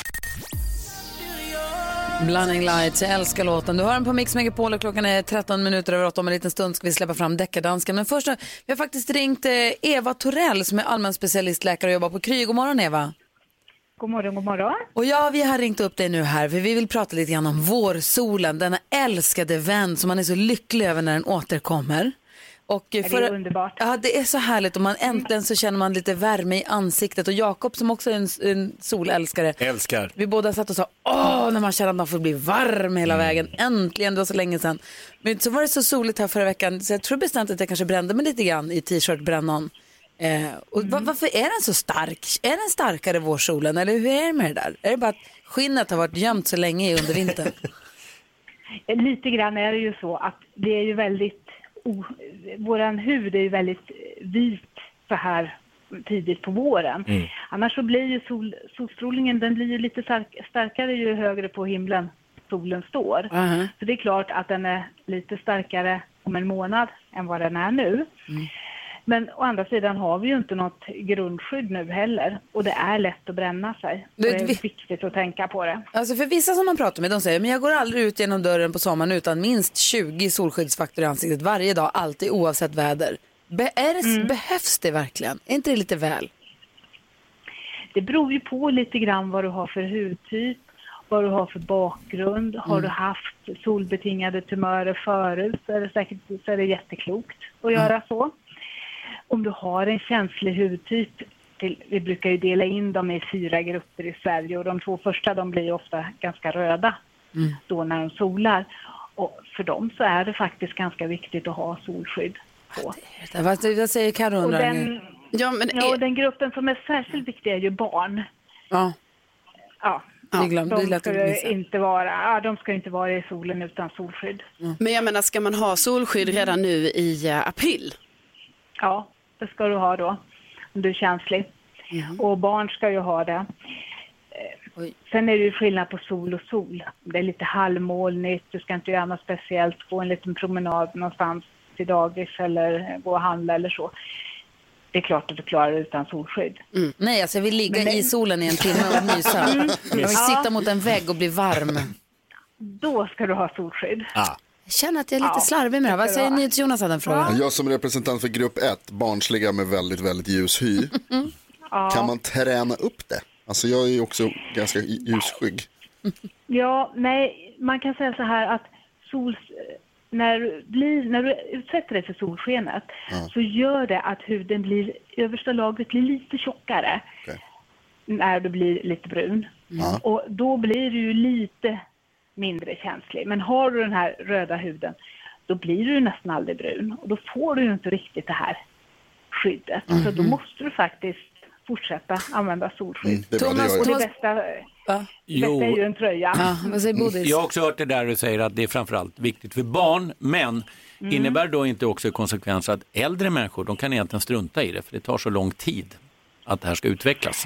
[SPEAKER 1] Blinding Lights, jag älskar låten. Du hör den på Mix Megapol och klockan är 13:08. Om en liten stund ska vi släppa fram deckardansken. Men först, vi har faktiskt ringt Eva Torell som är allmän specialistläkare och jobbar på Kry. God morgon Eva.
[SPEAKER 12] God morgon, god morgon.
[SPEAKER 1] Och ja, vi har ringt upp dig nu här för vi vill prata lite grann om vårsolen. Denna älskade vän som man är så lycklig över när den återkommer. Och
[SPEAKER 12] det är underbart.
[SPEAKER 1] Ja, det är så härligt och man äntligen så känner man lite värme i ansiktet. Och Jakob som också är en solälskare.
[SPEAKER 3] Älskar.
[SPEAKER 1] Vi båda satt och sa, när man känner att man får bli varm hela vägen. Äntligen, det var så länge sedan. Men så var det så soligt här förra veckan så jag tror bestämt att jag kanske brände mig lite grann i t-shirt-brännan. Och varför är den så stark? Är den starkare vårsolen eller hur är det med det där? Är det bara att skinnet har varit gömt så länge under vintern?
[SPEAKER 12] Lite grann är det ju så att det är ju väldigt våran hud är ju väldigt vit så här tidigt på våren. Annars så blir ju solstrålningen, den blir ju lite starkare ju högre på himlen solen står. Så det är klart att den är lite starkare om en månad än vad den är nu. Men å andra sidan har vi ju inte något grundskydd nu heller. Och det är lätt att bränna sig. Det är viktigt att tänka på det.
[SPEAKER 1] Alltså för vissa som man pratar med, de säger men jag går aldrig ut genom dörren på sommaren utan minst 20 solskyddsfaktor i ansiktet varje dag, alltid oavsett väder. Behövs det verkligen? Är inte det lite väl?
[SPEAKER 12] Det beror ju på lite grann vad du har för hudtyp, vad du har för bakgrund. Har du haft solbetingade tumörer förut så är det jätteklokt att göra så. Om du har en känslig hudtyp, vi brukar ju dela in dem i 4 grupper i Sverige och de 2 första de blir ofta ganska röda då när de solar. Och för dem så är det faktiskt ganska viktigt att ha solskydd på.
[SPEAKER 1] Vad säger Karo?
[SPEAKER 12] Den gruppen som är särskilt viktig är ju barn. De ska inte vara i solen utan solskydd.
[SPEAKER 4] Men jag menar, ska man ha solskydd redan nu i april?
[SPEAKER 12] Ja, det ska du ha då, om du är känslig. Och barn ska ju ha det. Sen är det ju skillnad på sol och sol. Det är lite halvmolnigt, du ska inte göra något speciellt, gå en liten promenad någonstans till dagis eller gå och handla eller så. Det är klart att du klarar det utan solskydd.
[SPEAKER 1] Nej, alltså jag vill ligga i solen i en timme och mysa. Jag vill sitta mot en vägg och bli varm.
[SPEAKER 12] Då ska du ha solskydd.
[SPEAKER 1] Jag känner att jag är lite slarvig med det. Vad säger ni till Jonas hade en fråga?
[SPEAKER 2] Jag som representant för grupp 1, barnsliga med väldigt, väldigt ljus hy. Kan man träna upp det? Alltså jag är ju också ganska ljusskygg.
[SPEAKER 12] Man kan säga så här att när du utsätter dig för solskenet så gör det att huden blir, översta lagret blir lite tjockare när du blir lite brun. Och då blir du ju lite mindre känslig. Men har du den här röda huden, då blir du nästan aldrig brun. Och då får du ju inte riktigt det här skyddet. Så då måste du faktiskt fortsätta använda solskydd. Detta är ju en tröja.
[SPEAKER 1] Ja, vad säger Bodis?
[SPEAKER 11] Jag har också hört det där du säger att det är framförallt viktigt för barn, men innebär då inte också konsekvens att äldre människor, de kan egentligen strunta i det, för det tar så lång tid att det här ska utvecklas?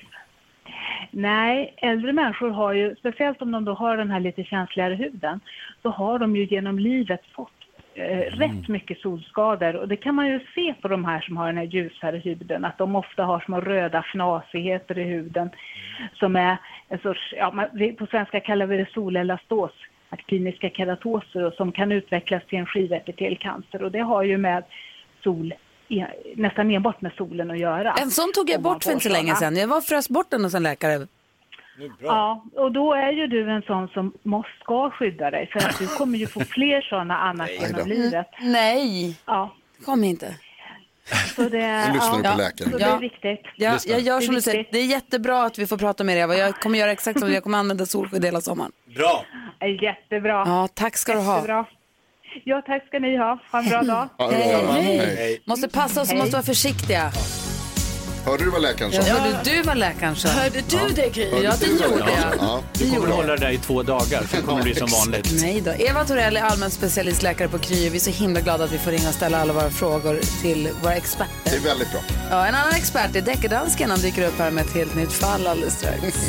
[SPEAKER 12] Nej, äldre människor har ju, speciellt om de då har den här lite känsligare huden, så har de ju genom livet fått rätt mycket solskador. Och det kan man ju se på de här som har den här ljusare huden, att de ofta har små röda fnasigheter i huden som är en sorts, på svenska kallar vi det solelastos, aktiniska keratoser, och som kan utvecklas till en skivepitelcancer. Och det har ju med nästan enbart med solen att göra.
[SPEAKER 1] En sån tog jag bort för inte så länge sedan. Jag var frös bort den hos en läkare.
[SPEAKER 12] Ja, och då är ju du en sån som ska skydda dig, för att du kommer ju få fler såna annars genom livet.
[SPEAKER 1] Nej, kom inte.
[SPEAKER 12] Så det,
[SPEAKER 2] lyssnar du på läkaren.
[SPEAKER 12] Så det är viktigt.
[SPEAKER 1] Ja, jag gör som du säger. Det är jättebra att vi får prata med dig. Jag kommer göra exakt som jag kommer använda solskydd hela sommaren.
[SPEAKER 3] Bra.
[SPEAKER 12] Jättebra.
[SPEAKER 1] Ja, tack ska du ha.
[SPEAKER 12] Jättebra. Ja, tack ska ni ha. Ha en bra dag.
[SPEAKER 1] Hej. Måste passa oss och måste vara försiktiga.
[SPEAKER 2] Hörde du vad läkaren sa?
[SPEAKER 1] Hörde du vad läkaren sa?
[SPEAKER 4] Hörde du det, Gry?
[SPEAKER 1] Ja, det gjorde jag.
[SPEAKER 2] Ja.
[SPEAKER 11] Du kommer hålla det där i 2 dagar, så kommer det bli som vanligt.
[SPEAKER 1] Nej då. Eva Torell är allmän specialistläkare på Kry. Vi är så himla glada att vi får ringa och ställa alla våra frågor till våra experter.
[SPEAKER 2] Det är väldigt bra.
[SPEAKER 1] Ja, en annan expert är deckardansken. Han dyker upp här med ett helt nytt fall alldeles strax.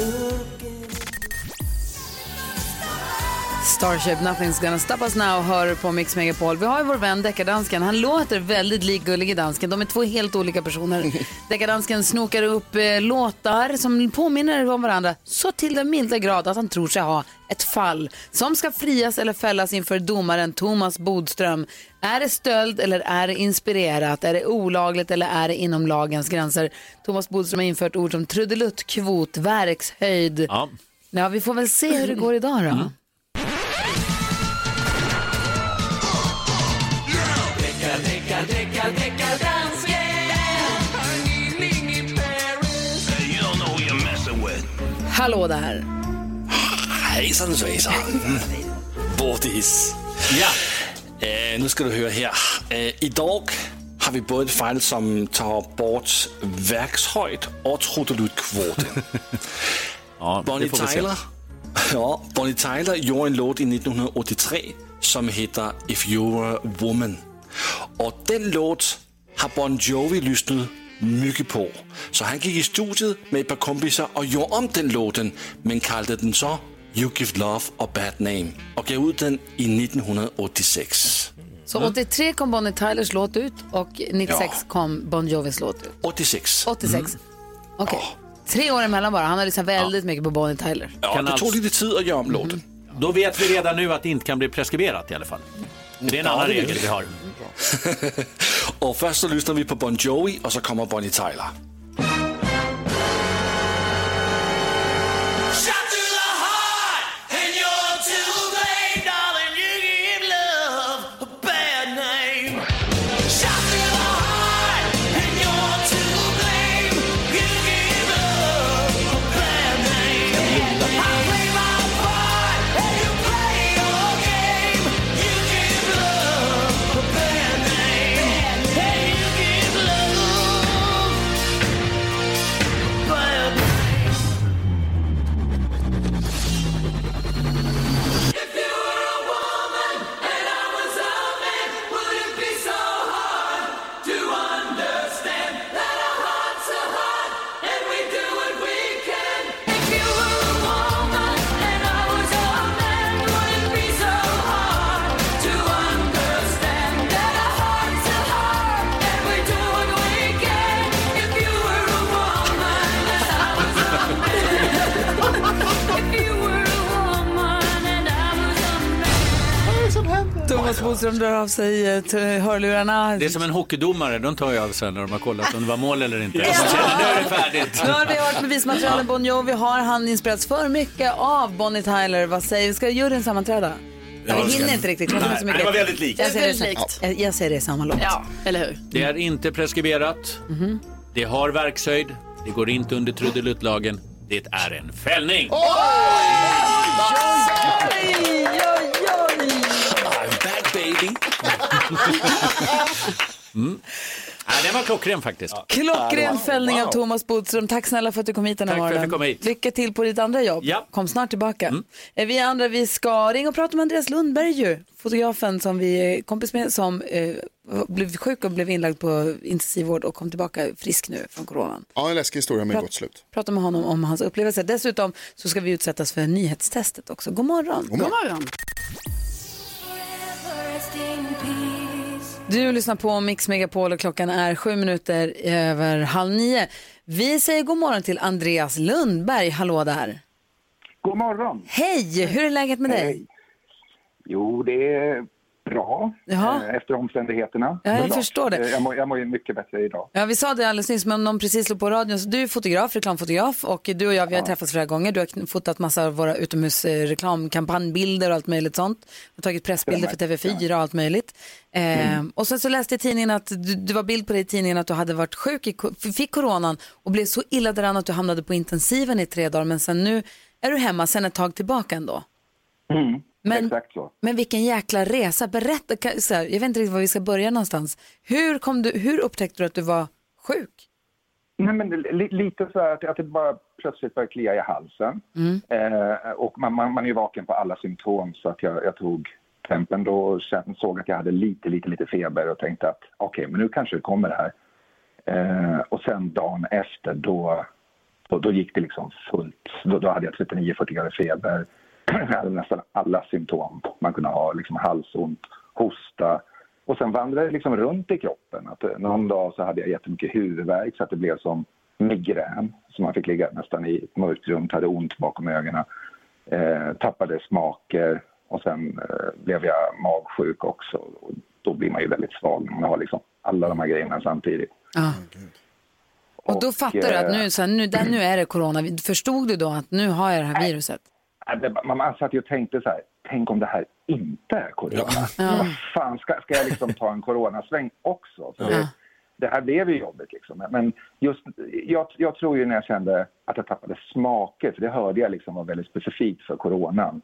[SPEAKER 1] Starship, Nothing's Gonna Stop Us Now hör på Mix Megapol. Vi har ju vår vän Deckardansken. Han låter väldigt lik Gullige Dansken. De är 2 helt olika personer. Deckardansken snokar upp låtar som påminner om varandra så till den milda grad att han tror sig ha ett fall som ska frias eller fällas inför domaren Thomas Bodström. Är det stöld eller är det inspirerat? Är det olagligt eller är det inom lagens gränser? Thomas Bodström har infört ord som trudelutt, kvot, verkshöjd. Ja, vi får väl se hur det går idag då. Hallå där.
[SPEAKER 10] Hejsan svejsan. Bodis.
[SPEAKER 11] Ja.
[SPEAKER 10] Nu ska du höra här. Idag har vi både ett fall som tar bort verkshöjd och trudeluttkvoten. Bonnie Tyler. Ja, Bonnie Tyler gjorde en låt i 1983 som heter If You Were a Woman. Och den låt har Bon Jovi lyssnat mycket på. Så han gick i studiet med ett par kompisar och gjorde om den låten, men kallade den så You Give Love a Bad Name och gav ut den i 1986.
[SPEAKER 1] Så 83 kom Bonnie Tylers låt ut och 96 kom Bon Jovis låt ut.
[SPEAKER 10] 86.
[SPEAKER 1] Okej. 3 år emellan bara. Han har liksom väldigt mycket på Bonnie Tyler.
[SPEAKER 10] Ja, det tog lite tid att göra om låten.
[SPEAKER 11] Då vet vi redan nu att det inte kan bli preskriberat i alla fall. Det är en annan regel vi har.
[SPEAKER 10] Och först så lyssnar vi på Bon Jovi och så kommer Bonnie Tyler.
[SPEAKER 1] Thomas Bodström drar av sig hörlurarna.
[SPEAKER 11] Det är som en hockeydomare, de tar ju av sig när de har kollat om det var mål eller inte. Nu är det färdigt.
[SPEAKER 1] Nu har vi hört bevismaterialen. Bon Jovi har han inspirerats för mycket av Bonnie Tyler. Vad säger vi? Ska juryn sammanträda? Vi hinner inte riktigt.
[SPEAKER 3] Det var väldigt likt.
[SPEAKER 1] Jag säger det i samma låt.
[SPEAKER 4] Ja, eller hur?
[SPEAKER 11] Det är inte preskriberat. Det har verkshöjd. Det går inte under trudeluttlagen. Det är en fällning.
[SPEAKER 10] I'm back, baby.
[SPEAKER 11] det var klockren faktiskt.
[SPEAKER 1] Klockren fällning av Thomas Bodström. Tack snälla för att du kom hit den här morgonen.
[SPEAKER 11] Tack för att du kom hit.
[SPEAKER 1] Lycka till på ditt andra jobb.
[SPEAKER 11] Ja.
[SPEAKER 1] Kom snart tillbaka. Vi andra, vi ska ringa och prata med Andreas Lundberg ju. Fotografen som vi är kompis med som blev sjuk och blev inlagd på intensivvård och kom tillbaka frisk nu från coronan.
[SPEAKER 2] Ja, en läskig historia med gott slut.
[SPEAKER 1] Prata med honom om hans upplevelse. Dessutom så ska vi utsättas för nyhetstestet också. God morgon.
[SPEAKER 2] God morgon.
[SPEAKER 1] Du lyssnar på Mix Megapol och klockan är 7:07. Vi säger god morgon till Andreas Lundberg. Hallå där.
[SPEAKER 13] God morgon.
[SPEAKER 1] Hej, hur är läget med dig?
[SPEAKER 13] Jo, det är bra efter omständigheterna.
[SPEAKER 1] Ja, jag förstår det.
[SPEAKER 13] Jag mår ju mycket bättre idag.
[SPEAKER 1] Ja, vi sa det alldeles nyss, men någon precis slog på radion. Så du är fotograf, reklamfotograf och du och jag, vi har träffats flera gånger. Du har fotat massa av våra utomhusreklamkampanjbilder och allt möjligt sånt. Du har tagit pressbilder för TV4 och allt möjligt. Och sen så läste jag i tidningen att du var bild på dig i tidningen att du hade varit sjuk, fick coronan och blev så illa däran att du hamnade på intensiven i 3 dagar. Men sen nu är du hemma sen ett tag tillbaka ändå.
[SPEAKER 13] Exakt så.
[SPEAKER 1] Men vilken jäkla resa. Berätta, jag vet inte riktigt var vi ska börja någonstans. Hur upptäckte du att du var sjuk?
[SPEAKER 13] Nej, men lite så här att det bara plötsligt började klia i halsen. Och man är ju vaken på alla symptom, så att jag tog tempen då och såg att jag hade lite feber och tänkte att okej, men nu kanske det kommer det här. Och sen dagen efter då gick det liksom fullt. Då hade jag 39-40 grader feber. Jag hade nästan alla symptom man kunde ha, liksom halsont, hosta. Och sen vandrade det liksom runt i kroppen. Att någon dag så hade jag jättemycket huvudvärk så att det blev som migrän. Så man fick ligga nästan i ett mörkt rum, hade ont bakom ögonen. Tappade smaker och sen blev jag magsjuk också. Och då blir man ju väldigt svag när man har liksom alla de här grejerna samtidigt.
[SPEAKER 1] Och då fattar du att nu är det corona. Förstod du då att nu har jag det här viruset?
[SPEAKER 13] Man satt ju och tänkte så här, tänk om det här inte är corona. Vad fan, ska jag liksom ta en coronasväng också? För det här blev ju jobbigt liksom. Men just, jag tror ju när jag kände att jag tappade smaker, för det hörde jag liksom var väldigt specifikt för coronan.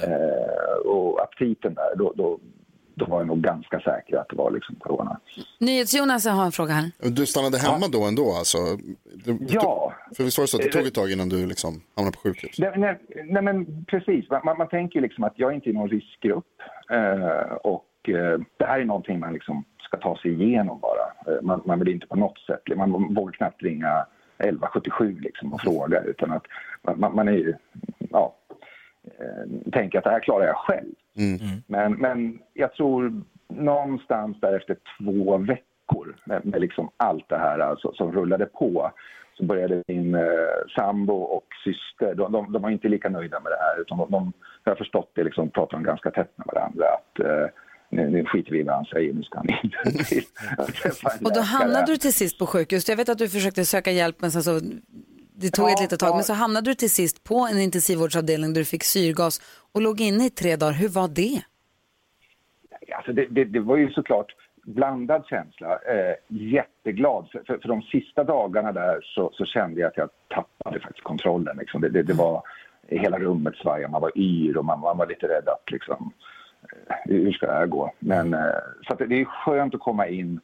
[SPEAKER 13] Och aptiten där, då var jag nog ganska säker att det var liksom corona.
[SPEAKER 1] NyhetsJonas har en fråga här.
[SPEAKER 2] Du stannade hemma då ändå alltså?
[SPEAKER 13] Ja.
[SPEAKER 2] För visst var det så att det tog ett tag innan du liksom hamnade på sjukhus?
[SPEAKER 13] Nej men precis. Man tänker ju liksom att jag är inte i någon riskgrupp. Och det här är någonting man liksom ska ta sig igenom bara. Man vill inte på något sätt. Man vågar knappt ringa 1177 liksom och fråga. Utan att man är ju... Ja, tänker att det här klarar jag själv. Men jag tror någonstans där efter 2 veckor med liksom allt det här alltså, som rullade på, så började min sambo och syster, de var inte lika nöjda med det här, utan de jag har förstått det, liksom, pratar de ganska tätt med varandra att nu skiter vi i vad han säger, nu ska han inte
[SPEAKER 1] Och då hamnade du till sist på sjukhus. Jag vet att du försökte söka hjälp, men sen så det tog ett litet tag, men så hamnade du till sist på en intensivvårdsavdelning där du fick syrgas och låg inne i 3 dagar. Hur var det?
[SPEAKER 13] Alltså det var ju såklart blandad känsla. Jätteglad. För de sista dagarna där så kände jag att jag tappade faktiskt kontrollen. Liksom. Det var hela rummet svajade, man var yr och man var lite rädd att liksom, hur ska det här gå? Men så att det är skönt att komma in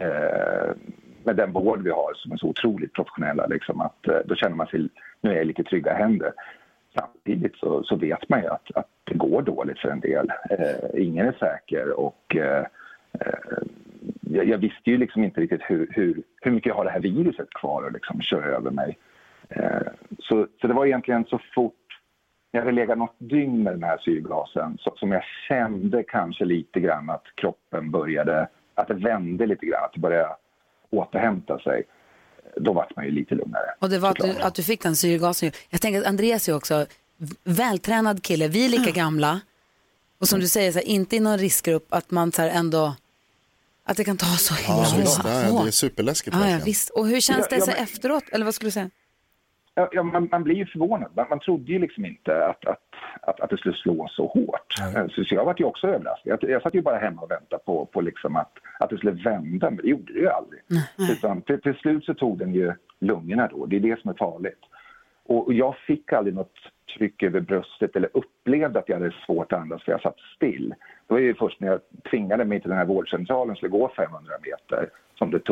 [SPEAKER 13] med den vård vi har som är så otroligt professionella, liksom, att då känner man sig, nu är jag lite trygga händer. Samtidigt så vet man ju att det går dåligt för en del. Ingen är säker och jag visste ju liksom inte riktigt hur mycket jag har det här viruset kvar och liksom köra över mig. Så det var egentligen så fort jag hade legat något dygn med den här syrgasen som jag kände kanske lite grann att kroppen började, att det vände lite grann, att det började återhämta sig. Då var man ju lite lugnare.
[SPEAKER 1] Och det var att du fick den syrgasen. Jag tänker att Andreas är också vältränad kille. Vi är lika gamla. Och som du säger, så här, inte i någon riskgrupp, att man så här ändå, att det kan ta så himla
[SPEAKER 2] hårt. Det är superläskigt.
[SPEAKER 1] Ja, visst. Och hur känns det så efteråt? Eller vad skulle du säga?
[SPEAKER 13] Ja, man blir ju förvånad. Man trodde ju liksom inte att det skulle slå så hårt. Så jag var ju också överraskad. Jag satt ju bara hemma och väntade på liksom att det skulle vända, men det gjorde det ju aldrig. Utan till slut så tog den ju lungorna då. Det är det som är farligt. Och jag fick aldrig något tryck över bröstet eller upplevde att jag hade svårt att andas, för jag satt still. Det var ju först när jag tvingade mig till den här vårdcentralen, skulle gå 500 meter, som det tog.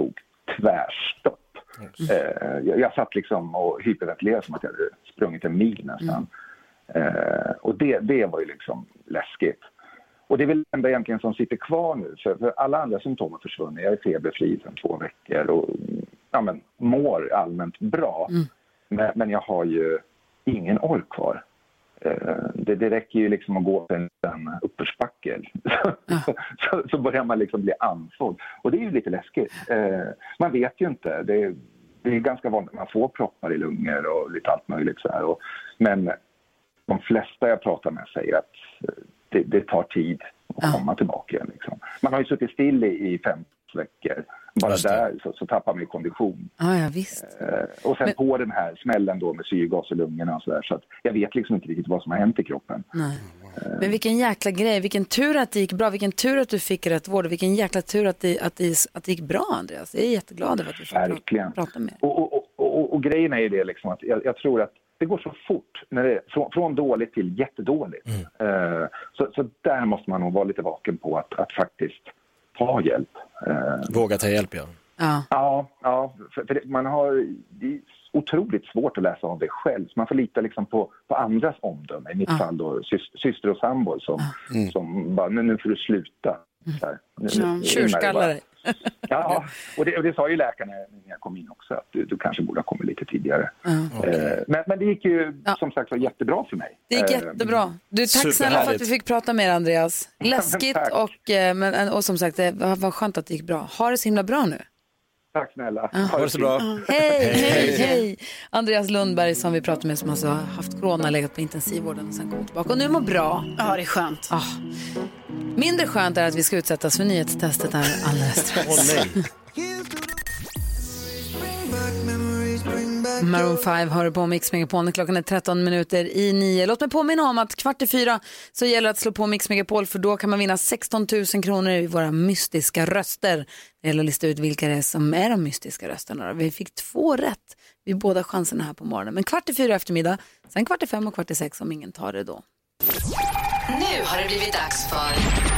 [SPEAKER 13] tvärstopp. Jag satt liksom och hyperventilerade som att jag hade sprungit en mil nästan. Och det var ju liksom läskigt. Och det är väl det enda egentligen som sitter kvar nu. För alla andra symptom har försvunnit. Jag är feberfri sedan 2 veckor och mår allmänt bra. Men jag har ju ingen ork kvar. Det räcker ju liksom att gå en uppförsbacke. Så börjar man liksom bli andfådd. Och det är ju lite läskigt. Man vet ju inte. Det är ganska vanligt. Man får proppar i lungor och lite allt möjligt så här. Men de flesta jag pratar med säger att det tar tid att komma tillbaka igen. Liksom. Man har ju suttit still i 5 veckor. Bara där så tappar man ju kondition.
[SPEAKER 1] Ja, visst.
[SPEAKER 13] Och sen på den här smällen då med syrgas i lungorna och sådär. Så att jag vet liksom inte riktigt vad som har hänt i kroppen.
[SPEAKER 1] Nej. Men vilken jäkla grej. Vilken tur att det gick bra. Vilken tur att du fick rätt vård. Vilken jäkla tur att det gick bra, Andreas. Jag är jätteglad över att vi får prata med.
[SPEAKER 13] Och grejen är ju det liksom att jag tror att det går så fort när det är från dåligt till jättedåligt. Så där måste man nog vara lite vaken på att faktiskt ta hjälp.
[SPEAKER 3] Våga ta hjälp,
[SPEAKER 13] Ja, för man har det är otroligt svårt att läsa av det själv. Så man får lita liksom på andras omdöme. I mitt fall då syster och sambo som bara, nu får du sluta.
[SPEAKER 1] Tjurskallar dig.
[SPEAKER 13] Ja, och det sa ju läkarna när jag kom in också, att du kanske borde ha kommit lite tidigare. Men det gick ju som sagt var jättebra för mig.
[SPEAKER 1] Det gick jättebra. Tack snälla för att vi fick prata med er, Andreas. Läskigt och som sagt, det var skönt att det gick bra. Ha det så himla bra nu.
[SPEAKER 13] Tack snälla.
[SPEAKER 3] Ha det så bra.
[SPEAKER 1] Hej. Andreas Lundberg som vi pratade med, som alltså har haft corona, legat på intensivvården och sen kommit tillbaka. Och nu mår bra.
[SPEAKER 4] Ja, det är skönt.
[SPEAKER 1] Mindre skönt är att vi ska utsättas för nyhetstestet här alldeles strax. Maroon 5 har på Mix Megapol. Klockan är 13:13. Låt mig påminna om att 3:15 så gäller att slå på Mix Megapol, för då kan man vinna 16 000 kronor i våra mystiska röster. Det gäller att lista ut vilka det är som är de mystiska rösterna. Vi fick 2 rätt vid båda chanserna här på morgonen. Men 3:15 eftermiddag, sen 4:45 och 5:45 om ingen tar det då.
[SPEAKER 5] Nu har det blivit dags för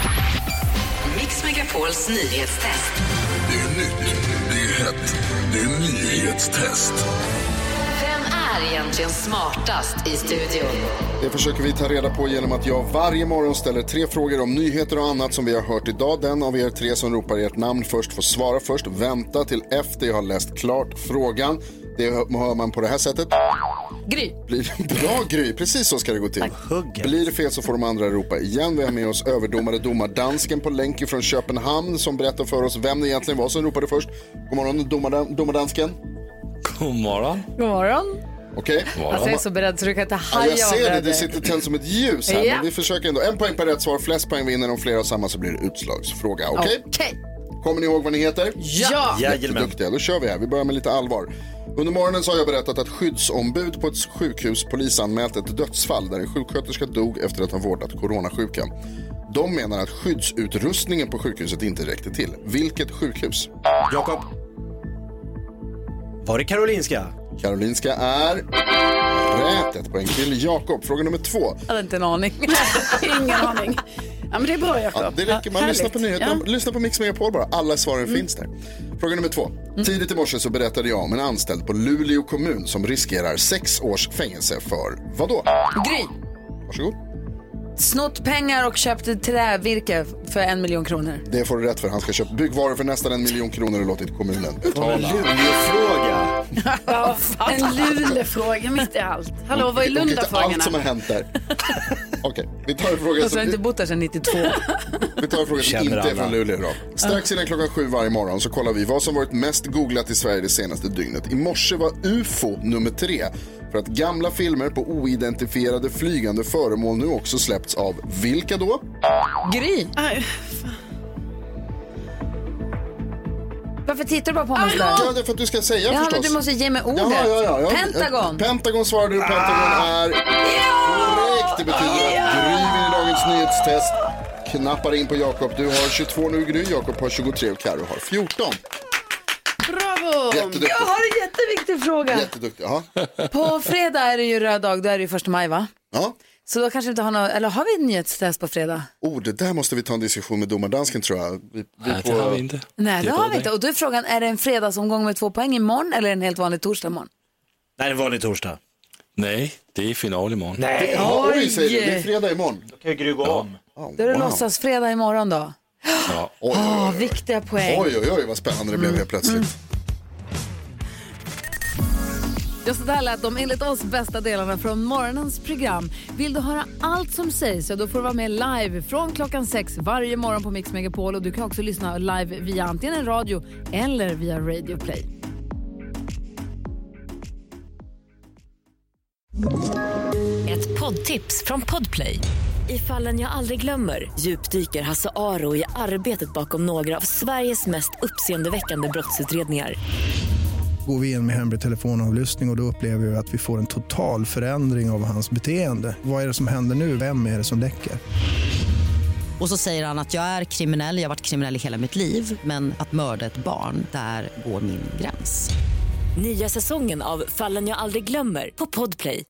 [SPEAKER 5] Mix Megapols nyhetstest.
[SPEAKER 14] Det är nytt, det är hett, det är nyhetstest.
[SPEAKER 5] Vem är egentligen smartast i studion?
[SPEAKER 2] Det försöker vi ta reda på genom att jag varje morgon ställer 3 frågor om nyheter och annat som vi har hört idag. Den av er 3 som ropar ert namn först får svara först. Vänta till efter jag har läst klart frågan. Det hör man på det här sättet.
[SPEAKER 1] Gry.
[SPEAKER 2] Bra Gry, precis så ska det gå till. Blir det fel så får de andra ropa igen. Vi har med oss överdomare domardansken på länk från Köpenhamn som berättar för oss vem det egentligen var som ropade först. God morgon domardansken.
[SPEAKER 10] God morgon.
[SPEAKER 1] God morgon.
[SPEAKER 2] Okej.
[SPEAKER 1] Alltså jag är så beredd så du kan inte haja
[SPEAKER 2] jag ser det sitter tänt som ett ljus här. Men vi försöker ändå. 1 poäng per rätt svar, flest poäng vinner. Om flera av samma så blir det utslagsfråga. Okej? Kommer ni ihåg vad ni heter?
[SPEAKER 1] Ja!
[SPEAKER 2] Jätteduktiga, då kör vi här. Vi börjar med lite allvar. Under morgonen så har jag berättat att skyddsombud på ett sjukhus polisanmält ett dödsfall där en sjuksköterska dog efter att ha vårdat coronasjuka. De menar att skyddsutrustningen på sjukhuset inte räckte till. Vilket sjukhus?
[SPEAKER 3] Jakob. Var det Karolinska?
[SPEAKER 2] Karolinska är rätt. 1 poäng till Jakob. Fråga nummer 2.
[SPEAKER 1] Jag hade inte en aning.
[SPEAKER 4] Ingen aning. Ja, men det är bra, Jakob.
[SPEAKER 2] Ja, det räcker. Man lyssnar på nyheterna. Lyssna på Mix Megapol bara. Alla svaren finns där. Fråga nummer 2. Tidigt i morse så berättade jag om en anställd på Luleå kommun som riskerar 6 års fängelse för vad då?
[SPEAKER 1] Gry.
[SPEAKER 2] Varsågod.
[SPEAKER 1] Snott pengar och köpte trävirke för 1 miljon kronor.
[SPEAKER 2] Det får du rätt för. Han ska köpa byggvaror för nästan 1 miljon kronor och låtit kommunen betala.
[SPEAKER 3] En Luleå-fråga.
[SPEAKER 4] En Luleå-fråga mitt i allt. Hallå, vad är Lunda-frågorna?
[SPEAKER 2] Allt som har hänt där. Okej, vi tar en fråga.
[SPEAKER 1] Och så har inte bott där sedan 92.
[SPEAKER 2] Vi tar en fråga som inte är från Luleå då. Strax innan 7:00 varje morgon så kollar vi vad som varit mest googlat i Sverige det senaste dygnet. I morse var UFO nummer 3. För att gamla filmer på oidentifierade flygande föremål nu också släppts av vilka då?
[SPEAKER 1] Gry. Varför tittar du bara på mig där?
[SPEAKER 2] Ja, det är för att du ska säga förstås.
[SPEAKER 1] Men du måste ge mig ordet.
[SPEAKER 2] Ja.
[SPEAKER 1] Pentagon.
[SPEAKER 2] Pentagon svarar du. Pentagon är korrekt. Det betyder att Gry vinner dagens nyhetstest. Knappar in på Jakob. Du har 22 nu, Gry. Jakob har 23 och Karo har 14.
[SPEAKER 4] Bravo!
[SPEAKER 2] Jätteduktig.
[SPEAKER 1] Jag har en jätteviktig fråga.
[SPEAKER 2] Jätteduktig, ja.
[SPEAKER 1] På fredag är det ju röd dag, då är det ju 1 maj, va?
[SPEAKER 2] Ja.
[SPEAKER 1] Så då kanske inte har något, eller har vi en nyhetstest på fredag?
[SPEAKER 2] Det där måste vi ta en diskussion med domardansken tror jag.
[SPEAKER 10] Nej, det har vi inte.
[SPEAKER 1] Nej, det har vi inte. Och då är frågan, är det en fredagsomgång med 2 poäng imorgon eller en helt vanlig torsdag imorgon?
[SPEAKER 3] Nej, en vanlig torsdag.
[SPEAKER 10] Nej, det är final imorgon.
[SPEAKER 2] Nej, det är fredag imorgon.
[SPEAKER 3] Då kan ju gå om.
[SPEAKER 1] Då är det låtsas fredag imorgon då.
[SPEAKER 10] Ja.
[SPEAKER 1] Viktiga poäng.
[SPEAKER 2] Oj, vad spännande det blev helt plötsligt.
[SPEAKER 1] Just det här lät de enligt oss bästa delarna från morgonens program. Vill du höra allt som sägs så då får du vara med live från klockan 6 varje morgon på Mix Megapol. Och du kan också lyssna live via antingen radio eller via Radio Play.
[SPEAKER 15] Ett poddtips från Podplay. I Fallen jag aldrig glömmer djupdyker Hasse Aro i arbetet bakom några av Sveriges mest uppseendeväckande brottsutredningar.
[SPEAKER 16] Går vi in med hemlig telefonavlyssning och då upplever vi att vi får en total förändring av hans beteende. Vad är det som händer nu? Vem är det som läcker?
[SPEAKER 17] Och så säger han att jag är kriminell, jag har varit kriminell i hela mitt liv. Men att mörda ett barn, där går min gräns.
[SPEAKER 15] Nya säsongen av Fallen jag aldrig glömmer på Podplay.